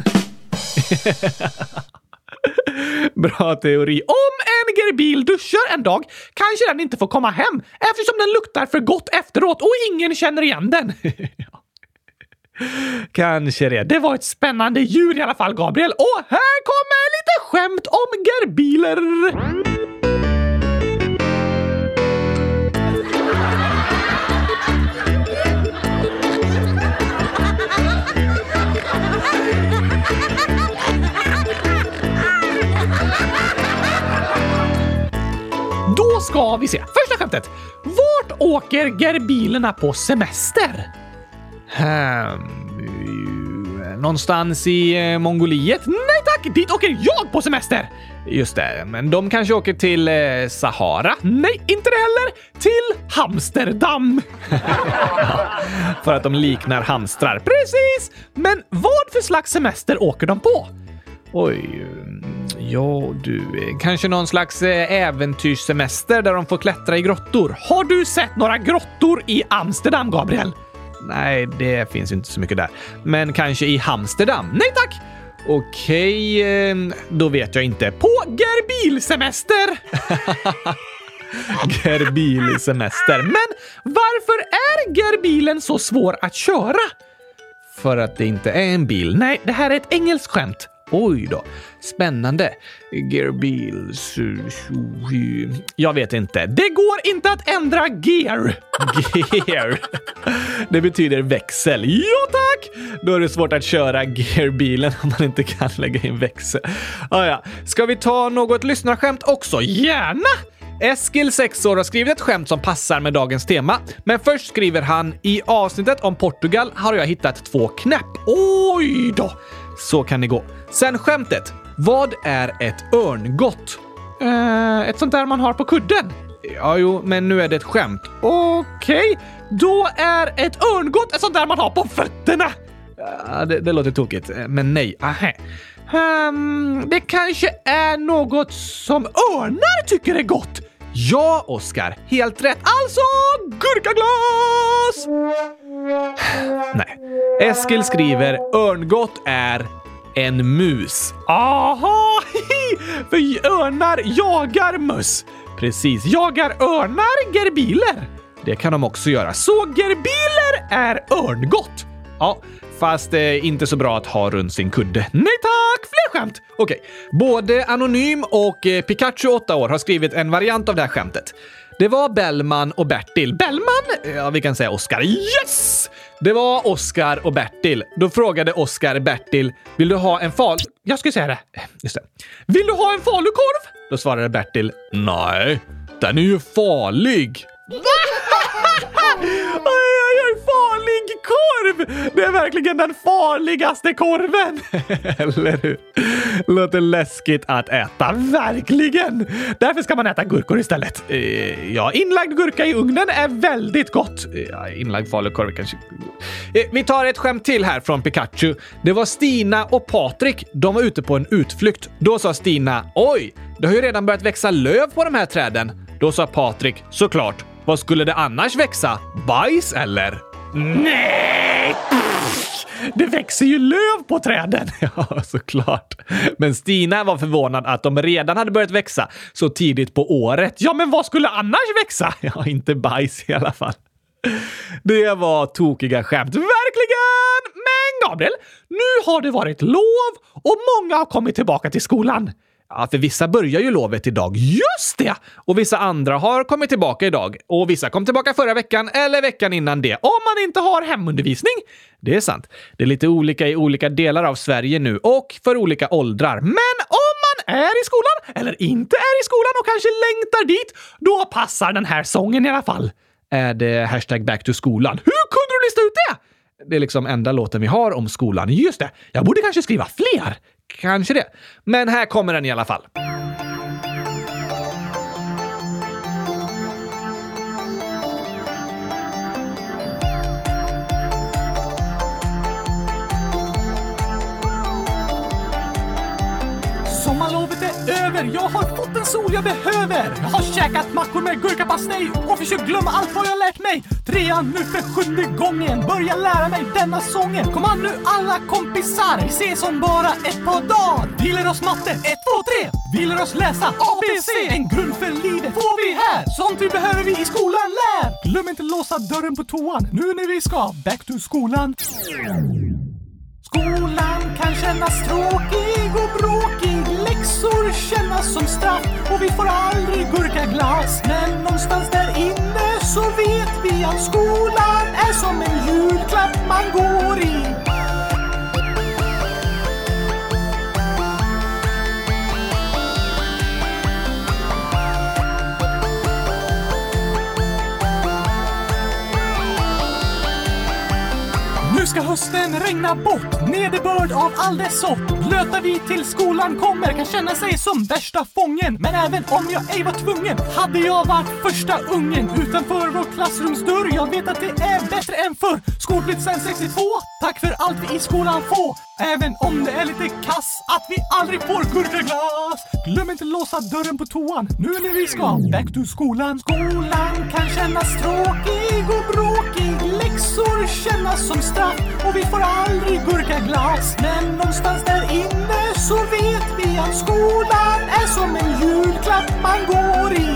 Bra teori. Om en gerbil duschar en dag kanske den inte får komma hem eftersom den luktar för gott efteråt och ingen känner igen den. Kanske det. Det var ett spännande djur i alla fall, Gabriel. Och här kommer lite skämt om gerbiler. Då ska vi se. Första skämtet. Vart åker gerbilerna på semester? Hmm, någonstans i eh, Mongoliet? Nej tack, dit åker jag på semester. Just det, men de kanske åker till eh, Sahara? Nej, inte det heller. Till Amsterdam. För att de liknar hamstrar. Precis! Men vad för slags semester åker de på? Oj, ja du, kanske någon slags äventyrssemester där de får klättra i grottor. Har du sett några grottor i Amsterdam, Gabriel? Nej, det finns inte så mycket där. Men kanske i Amsterdam? Nej tack! Okej, då vet jag inte. På gerbilsemester! Gerbilsemester. Men varför är gerbilen så svår att köra? För att det inte är en bil. Nej, det här är ett engelskt skämt. Oj då, spännande. Gerbils... Jag vet inte. Det går inte att ändra gear. Gear. Det betyder växel. Ja tack! Då är det svårt att köra gearbilen om man inte kan lägga in växel. Ah, ja. Ska vi ta något lyssnarskämt också? Gärna! Eskil, sex år, har skrivit ett skämt som passar med dagens tema. Men först skriver han: i avsnittet om Portugal har jag hittat två knäpp. Oj då! Så kan det gå. Sen skämtet. Vad är ett örngott? Uh, ett sånt där man har på kudden? Ja, jo, men nu är det ett skämt. Okej, okay. Då är ett örngott ett sånt där man har på fötterna. Ja, det, det låter tokigt, men nej. Aha. Um, det kanske är något som örnar tycker är gott. Ja, Oskar. Helt rätt. Alltså, gurkaglas! Nej. Eskil skriver: örngott är en mus. Aha! För örnar jagar möss. Precis. Jagar örnar gerbiler? Det kan de också göra. Så gerbiler är örngott? Ja, fast det är inte så bra att ha runt sin kudde. Nej tack, fler skämt! Okej, både Anonym och eh, Pikachu åtta år har skrivit en variant av det här skämtet. Det var Bellman och Bertil. Bellman? Ja, vi kan säga Oscar. Yes! Det var Oscar och Bertil. Då frågade Oscar Bertil, vill du ha en fal... Jag ska säga det. Just det. Vill du ha en falukorv? Då svarade Bertil, nej, den är ju farlig. Oj, oj, oj, farlig korv! Det är verkligen den farligaste korven. Eller hur? Låter läskigt att äta. Verkligen! Därför ska man äta gurkor istället. Eh, Ja, inlagd gurka i ugnen är väldigt gott. ja, inlagd falukorv kanske. Eh, vi tar ett skämt till här från Pikachu. Det var Stina och Patrik. De var ute på en utflykt. Då sa Stina, oj, det har ju redan börjat växa löv på de här träden. Då sa Patrik, såklart. Vad skulle det annars växa? Bajs eller? Nej! Det växer ju löv på träden. Ja, såklart. Men Stina var förvånad att de redan hade börjat växa så tidigt på året. Ja, men vad skulle annars växa? Ja, inte bajs i alla fall. Det var tokiga skämt. Verkligen! Men Gabriel, nu har det varit lov och många har kommit tillbaka till skolan. Ja, för vissa börjar ju lovet idag. Just det! Och vissa andra har kommit tillbaka idag. Och vissa kom tillbaka förra veckan eller veckan innan det. Om man inte har hemundervisning. Det är sant. Det är lite olika i olika delar av Sverige nu och för olika åldrar. Men om man är i skolan eller inte är i skolan och kanske längtar dit, då passar den här sången i alla fall. Är det hashtag back to skolan? Hur kunde du lista ut det? Det är liksom enda låten vi har om skolan. Just det, jag borde kanske skriva fler. Kanske det. Men här kommer den i alla fall. Sommarlovet är över, jag har fått den sol jag behöver. Jag har käkat mackor med gurkapastej och försökt glömma allt vad jag lärt mig. Trean nu för sjunde gången, börja lära mig denna sången. Kom an nu alla kompisar, vi ses om bara ett par dagar. Vi lär oss matte, ett, två, tre. Vi lär oss läsa A B C, en grund för livet får vi här. Sånt vi behöver vi i skolan lär. Glöm inte låsa dörren på toan, nu när vi ska back to skolan. Skolan kan kännas tråkig och bråkig. Läxor kännas som straff och vi får aldrig gurkaglass. Men någonstans där inne så vet vi att skolan är som en julklapp man går i. Nu ska hösten regna bort, nederbörd av all dess sort. Blöta vi till skolan kommer, kan känna sig som värsta fången. Men även om jag ej var tvungen, hade jag varit första ungen utanför vår klassrumsdörr. Jag vet att det är bättre än förr. Skolblitsen sextiotvå, tack för allt vi i skolan får. Även om det är lite kass att vi aldrig får gurkaglass. Glöm inte låsa dörren på toan, nu när vi ska back to skolan. Skolan kan kännas tråkig och bråkig. Läxor kännas som straff och vi får aldrig gurkaglass. Men någonstans där inne så vet vi att skolan är som en julklapp man går i.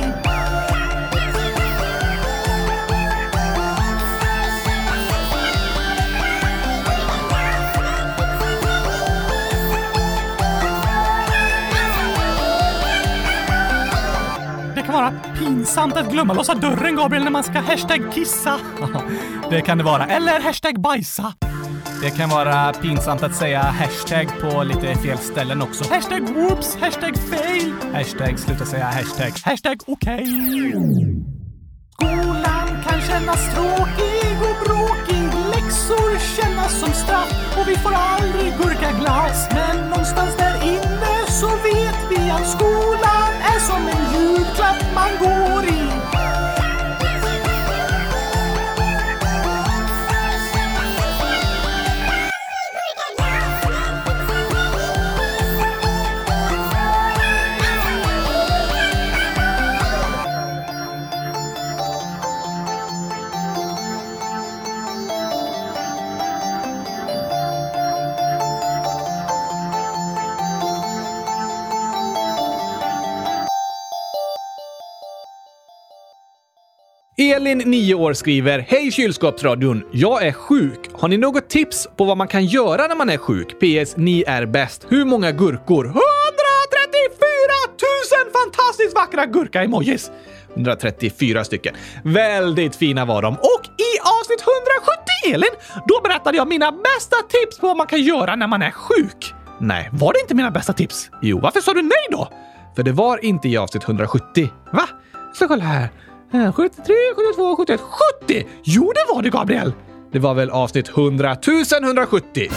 Det kan vara pinsamt att glömma låsa dörren, Gabriel, när man ska hashtag kissa. Det kan det vara. Eller hashtag bajsa. Det kan vara pinsamt att säga hashtag på lite fel ställen också. Hashtag whoops, hashtag fail. Hashtag sluta säga hashtag. Hashtag okej. Skolan kan kännas tråkig och bråkig. Läxor kännas som straff och vi får aldrig gurkaglass. Men någonstans där inne så vet vi att skolan är som en julklapp man går i. Elin, nio år, skriver: Hej kylskåpsradion, jag är sjuk. Har ni något tips på vad man kan göra när man är sjuk? P S. Ni är bäst. Hur många gurkor? hundratrettiofyra tusen fantastiskt vackra gurka-emojis! hundratrettiofyra stycken. Väldigt fina var de. Och i avsnitt hundrasjuttio, Elin, då berättade jag mina bästa tips på vad man kan göra när man är sjuk. Nej, var det inte mina bästa tips? Jo. Varför sa du nej då? För det var inte i avsnitt hundrasjuttio. Va? Så kolla här. sjuttiotre, sjuttiotvå, sjuttioett, sjuttio! Jo, det var det, Gabriel! Det var väl avsnitt hundra tusen etthundrasjuttio?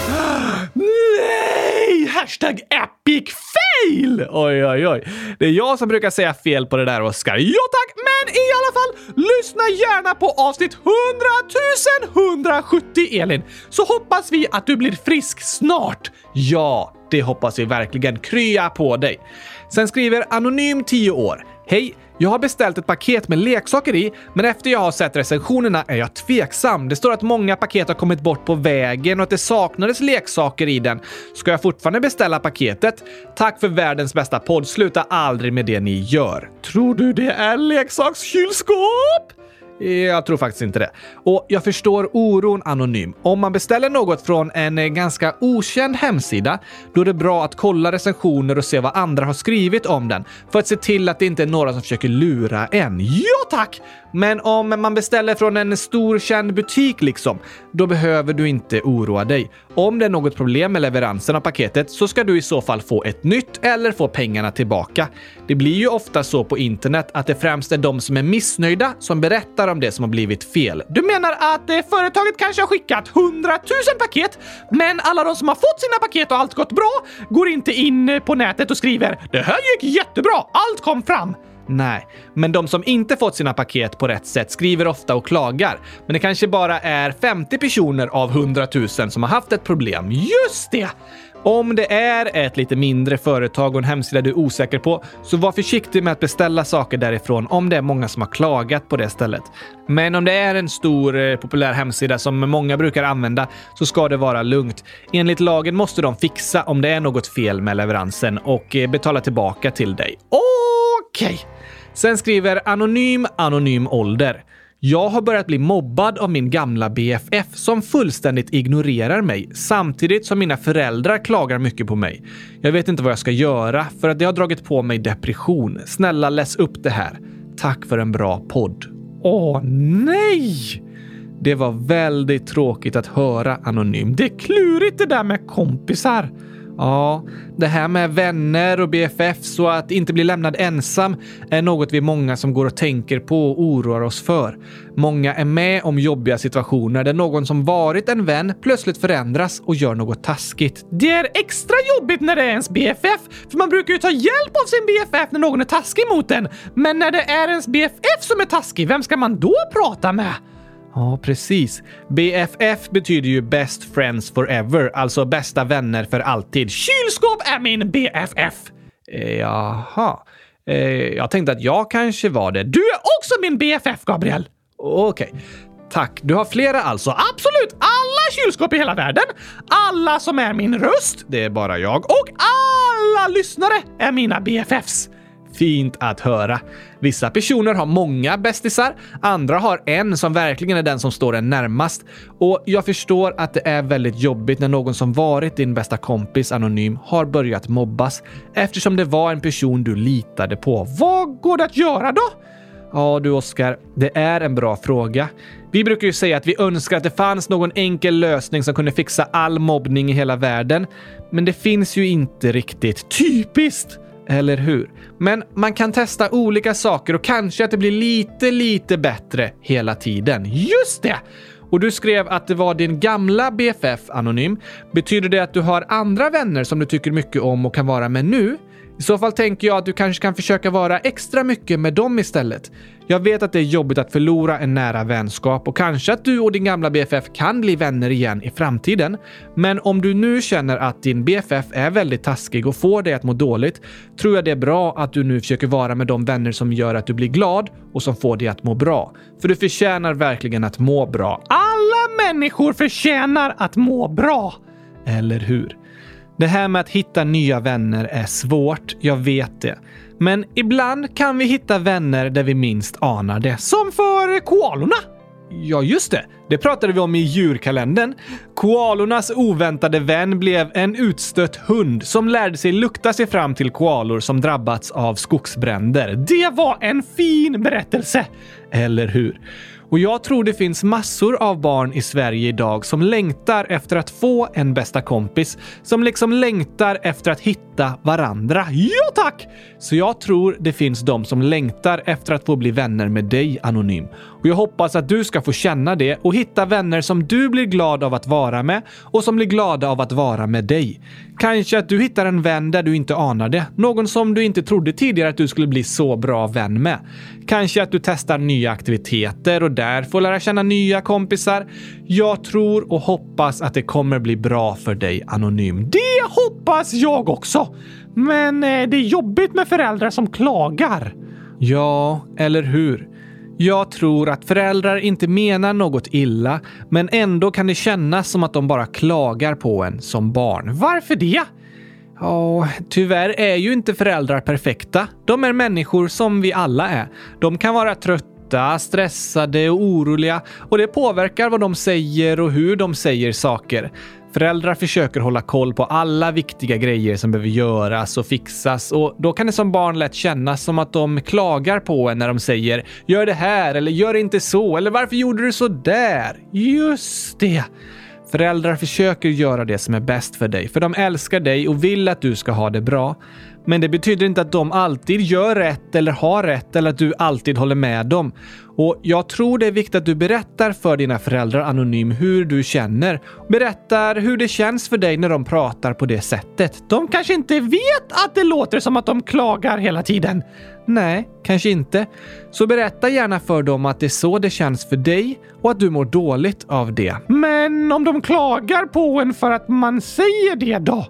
Nej! Hashtag epic fail! Oj, oj, oj. Det är jag som brukar säga fel på det där, Oskar. Jo tack, men i alla fall, lyssna gärna på avsnitt hundra tusen etthundrasjuttio, Elin. Så hoppas vi att du blir frisk snart. Ja, det hoppas vi verkligen. Krya på dig. Sen skriver Anonym, tio år. Hej, jag har beställt ett paket med leksaker i, men efter jag har sett recensionerna är jag tveksam. Det står att många paket har kommit bort på vägen och att det saknades leksaker i den. Ska jag fortfarande beställa paketet? Tack för världens bästa podd. Sluta aldrig med det ni gör. Tror du det är leksakskylskåp? Jag tror faktiskt inte det. Och jag förstår oron, Anonym. Om man beställer något från en ganska okänd hemsida, då är det bra att kolla recensioner och se vad andra har skrivit om den, för att se till att det inte är några som försöker lura en. Ja tack! Men om man beställer från en stor känd butik liksom, då behöver du inte oroa dig. Om det är något problem med leveransen av paketet så ska du i så fall få ett nytt eller få pengarna tillbaka. Det blir ju ofta så på internet att det främst är de som är missnöjda som berättar om det som har blivit fel. Du menar att eh, företaget kanske har skickat hundratusen paket, men alla de som har fått sina paket och allt gått bra går inte in på nätet och skriver "Det här gick jättebra, allt kom fram"? Nej, men de som inte fått sina paket på rätt sätt skriver ofta och klagar. Men det kanske bara är femtio personer av hundratusen som har haft ett problem. Just det! Om det är ett lite mindre företag och en hemsida du är osäker på, så var försiktig med att beställa saker därifrån om det är många som har klagat på det stället. Men om det är en stor eh, populär hemsida som många brukar använda, så ska det vara lugnt. Enligt lagen måste de fixa om det är något fel med leveransen och eh, betala tillbaka till dig. Okej. Okay. Sen skriver Anonym, anonym ålder. Jag har börjat bli mobbad av min gamla B F F som fullständigt ignorerar mig, samtidigt som mina föräldrar klagar mycket på mig. Jag vet inte vad jag ska göra för att det har dragit på mig depression. Snälla läs upp det här. Tack för en bra podd. Åh nej! Det var väldigt tråkigt att höra, Anonym. Det är klurigt det där med kompisar. Ja, det här med vänner och B F F så att inte bli lämnad ensam är något vi många som går och tänker på och oroar oss för. Många är med om jobbiga situationer där någon som varit en vän plötsligt förändras och gör något taskigt. Det är extra jobbigt när det är ens B F F, för man brukar ju ta hjälp av sin B F F när någon är taskig mot en. Men när det är ens B F F som är taskig, vem ska man då prata med? Ja, precis. B F F betyder ju Best Friends Forever, alltså bästa vänner för alltid. Kylskåp är min B F F! Eh, jaha. Eh, jag tänkte att jag kanske var det. Du är också min B F F, Gabriel! Okej. Okay. Tack. Du har flera alltså? Absolut! Alla kylskåp i hela världen. Alla som är min röst. Det är bara jag. Och alla lyssnare är mina B F Fs. Fint att höra. Vissa personer har många bästisar, andra har en som verkligen är den som står en närmast. Och jag förstår att det är väldigt jobbigt när någon som varit din bästa kompis, Anonym, har börjat mobbas, eftersom det var en person du litade på. Vad går det att göra då? Ja du Oskar, det är en bra fråga. Vi brukar ju säga att vi önskar att det fanns någon enkel lösning som kunde fixa all mobbning i hela världen. Men det finns ju inte riktigt. Typiskt! Eller hur? Men man kan testa olika saker och kanske att det blir lite, lite bättre hela tiden. Just det! Och du skrev att det var din gamla B F F, Anonym. Betyder det att du har andra vänner som du tycker mycket om och kan vara med nu? I så fall tänker jag att du kanske kan försöka vara extra mycket med dem istället. Jag vet att det är jobbigt att förlora en nära vänskap och kanske att du och din gamla B F F kan bli vänner igen i framtiden. Men om du nu känner att din B F F är väldigt taskig och får dig att må dåligt, tror jag det är bra att du nu försöker vara med de vänner som gör att du blir glad och som får dig att må bra. För du förtjänar verkligen att må bra. Alla människor förtjänar att må bra. Eller hur? Det här med att hitta nya vänner är svårt, jag vet det. Men ibland kan vi hitta vänner där vi minst anar det. Som för koalorna. Ja, just det. Det pratade vi om i djurkalendern. Koalornas oväntade vän blev en utstött hund som lärde sig lukta sig fram till koalor som drabbats av skogsbränder. Det var en fin berättelse. Eller hur? Och jag tror det finns massor av barn i Sverige idag som längtar efter att få en bästa kompis. Som liksom längtar efter att hitta varandra. Ja, tack! Så jag tror det finns de som längtar efter att få bli vänner med dig, Anonym. Och jag hoppas att du ska få känna det och hitta vänner som du blir glad av att vara med och som blir glada av att vara med dig. Kanske att du hittar en vän där du inte anar det. Någon som du inte trodde tidigare att du skulle bli så bra vän med. Kanske att du testar nya aktiviteter och där får lära känna nya kompisar. Jag tror och hoppas att det kommer bli bra för dig, Anonym. Det hoppas jag också. Men eh, det är jobbigt med föräldrar som klagar. Ja, eller hur? Jag tror att föräldrar inte menar något illa, men ändå kan det kännas som att de bara klagar på en som barn. Varför det? Ja, tyvärr är ju inte föräldrar perfekta. De är människor som vi alla är. De kan vara trötta, stressade och oroliga och det påverkar vad de säger och hur de säger saker. Föräldrar försöker hålla koll på alla viktiga grejer som behöver göras och fixas och då kan det som barn lätt kännas som att de klagar på en när de säger gör det här eller gör det inte så eller varför gjorde du så där? Just det. Föräldrar försöker göra det som är bäst för dig för de älskar dig och vill att du ska ha det bra. Men det betyder inte att de alltid gör rätt eller har rätt eller att du alltid håller med dem. Och jag tror det är viktigt att du berättar för dina föräldrar Anonym hur du känner. Berättar hur det känns för dig när de pratar på det sättet. De kanske inte vet att det låter som att de klagar hela tiden. Nej, kanske inte. Så berätta gärna för dem att det är så det känns för dig och att du mår dåligt av det. Men om de klagar på en för att man säger det då?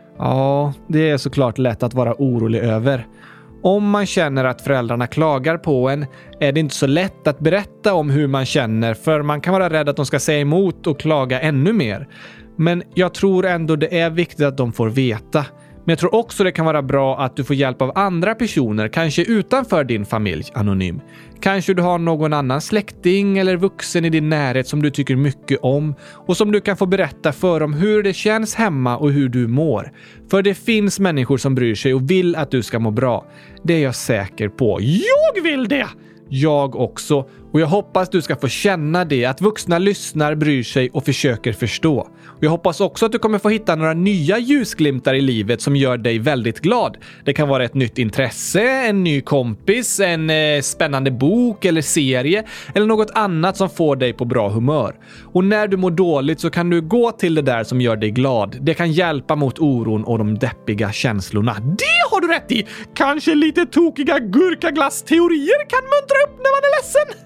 Ja, det är såklart lätt att vara orolig över. Om man känner att föräldrarna klagar på en är det inte så lätt att berätta om hur man känner för man kan vara rädd att de ska säga emot och klaga ännu mer. Men jag tror ändå det är viktigt att de får veta. Men jag tror också det kan vara bra att du får hjälp av andra personer, kanske utanför din familj, Anonym. Kanske du har någon annan släkting eller vuxen i din närhet som du tycker mycket om och som du kan få berätta för om hur det känns hemma och hur du mår. För det finns människor som bryr sig och vill att du ska må bra. Det är jag säker på. Jag vill det! Jag också. Och jag hoppas du ska få känna det, att vuxna lyssnar, bryr sig och försöker förstå. Och jag hoppas också att du kommer få hitta några nya ljusglimtar i livet som gör dig väldigt glad. Det kan vara ett nytt intresse, en ny kompis, en eh, spännande bok eller serie eller något annat som får dig på bra humör. Och när du mår dåligt så kan du gå till det där som gör dig glad. Det kan hjälpa mot oron och de deppiga känslorna. Det har du rätt i! Kanske lite tokiga gurkaglass-teorier kan muntra upp när man är ledsen.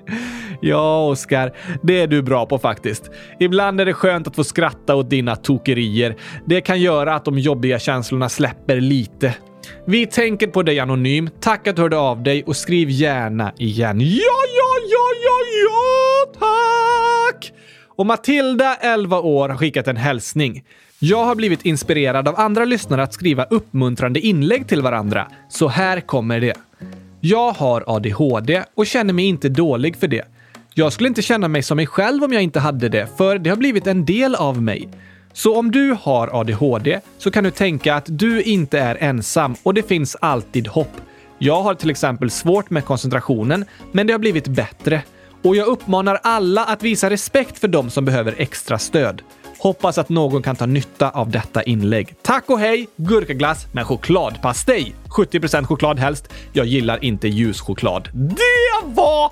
Ja, Oskar, det är du bra på faktiskt. Ibland är det skönt att få skratta åt dina tokerier. Det kan göra att de jobbiga känslorna släpper lite. Vi tänker på dig, Anonym. Tack att du hörde av dig och skriv gärna igen. Ja, ja, ja, ja, ja, tack! Och Matilda, elva år, har skickat en hälsning. Jag har blivit inspirerad av andra lyssnare att skriva uppmuntrande inlägg till varandra. Så här kommer det. Jag har A D H D och känner mig inte dålig för det. Jag skulle inte känna mig som mig själv om jag inte hade det, för det har blivit en del av mig. Så om du har A D H D så kan du tänka att du inte är ensam och det finns alltid hopp. Jag har till exempel svårt med koncentrationen, men det har blivit bättre. Och jag uppmanar alla att visa respekt för de som behöver extra stöd. Hoppas att någon kan ta nytta av detta inlägg. Tack och hej, gurkaglass med chokladpastej. sjuttio procent choklad helst. Jag gillar inte ljuschoklad. Det var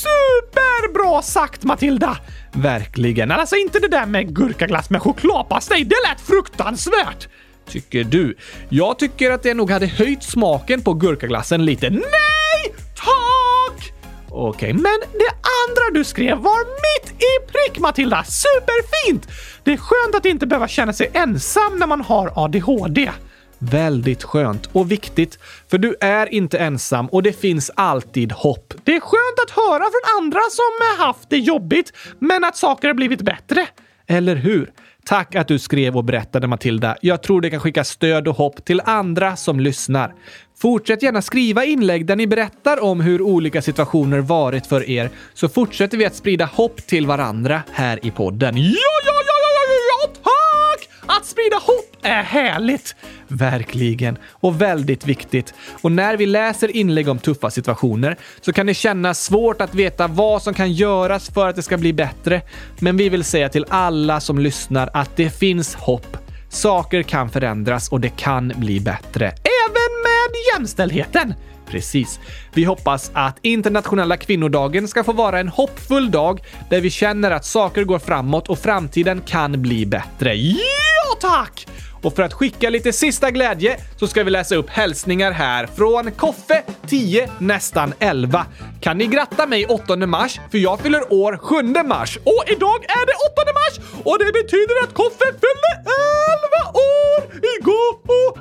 superbra sagt, Matilda. Verkligen. Alltså inte det där med gurkaglass med chokladpastej. Det lät fruktansvärt. Tycker du? Jag tycker att det nog hade höjt smaken på gurkaglassen lite. Nej, tack! Okej, men det andra du skrev var mitt i prick, Matilda. Superfint! Det är skönt att inte behöva känna sig ensam när man har A D H D. Väldigt skönt och viktigt, för du är inte ensam och det finns alltid hopp. Det är skönt att höra från andra som haft det jobbigt, men att saker har blivit bättre. Eller hur? Tack att du skrev och berättade, Matilda. Jag tror det kan skicka stöd och hopp till andra som lyssnar. Fortsätt gärna skriva inlägg där ni berättar om hur olika situationer varit för er, så fortsätter vi att sprida hopp till varandra här i podden. Ja, ja, ja, ja, ja, ja, tack! Att sprida hopp är härligt. Verkligen. Och väldigt viktigt. Och när vi läser inlägg om tuffa situationer så kan det kännas svårt att veta vad som kan göras för att det ska bli bättre. Men vi vill säga till alla som lyssnar att det finns hopp. Saker kan förändras och det kan bli bättre. Även med jämställdheten. Precis. Vi hoppas att internationella kvinnodagen ska få vara en hoppfull dag där vi känner att saker går framåt och framtiden kan bli bättre. Ja, tack! Och för att skicka lite sista glädje så ska vi läsa upp hälsningar här från Koffe tio nästan elva. Kan ni gratta mig åttonde mars för jag fyller år sjunde mars. Och idag är det åttonde mars och det betyder att Koffe fyllde elva år igår.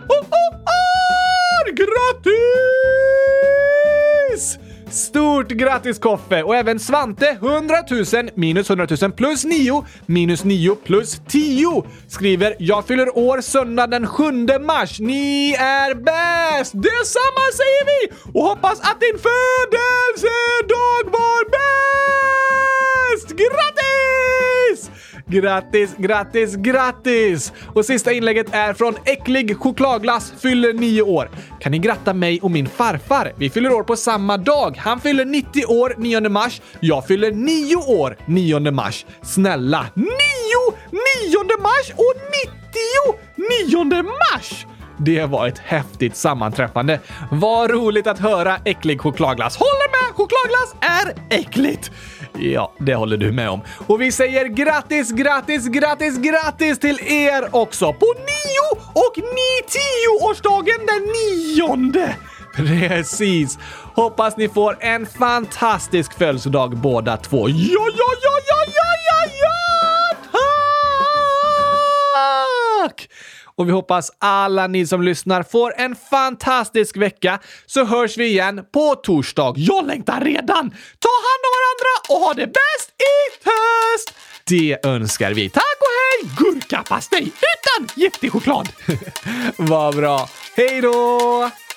Grattis! Stort grattis Koffe! Och även Svante, hundratusen minus hundratusen plus nio minus nio plus tio skriver: jag fyller år söndag den sjunde mars. Ni är bäst! Detsamma säger vi! Och hoppas att din födelsedag var bäst! Grattis! Grattis, grattis, grattis! Och sista inlägget är från Äcklig chokladglass, fyller nio år. Kan ni gratta mig och min farfar? Vi fyller år på samma dag. Han fyller nittio år nionde mars. Jag fyller nio år nionde mars. Snälla, nio nionde mars och nittio nionde mars! Det var ett häftigt sammanträffande. Vad roligt att höra, Äcklig chokladglass. Håller med, chokladglass är äckligt. Ja, det håller du med om. Och vi säger grattis, grattis, grattis, grattis till er också på nio och nio-tio-årsdagen den nionde. Precis. Hoppas ni får en fantastisk födelsedag båda två. Ja, ja, ja, ja, ja, ja, ja, tack! Och vi hoppas alla ni som lyssnar får en fantastisk vecka, så hörs vi igen på torsdag. Jag längtar redan! Ta hand om varandra och ha det bäst i höst! Det önskar vi. Tack och hej! Gurkapastej utan giftig choklad! Vad bra. Hej då!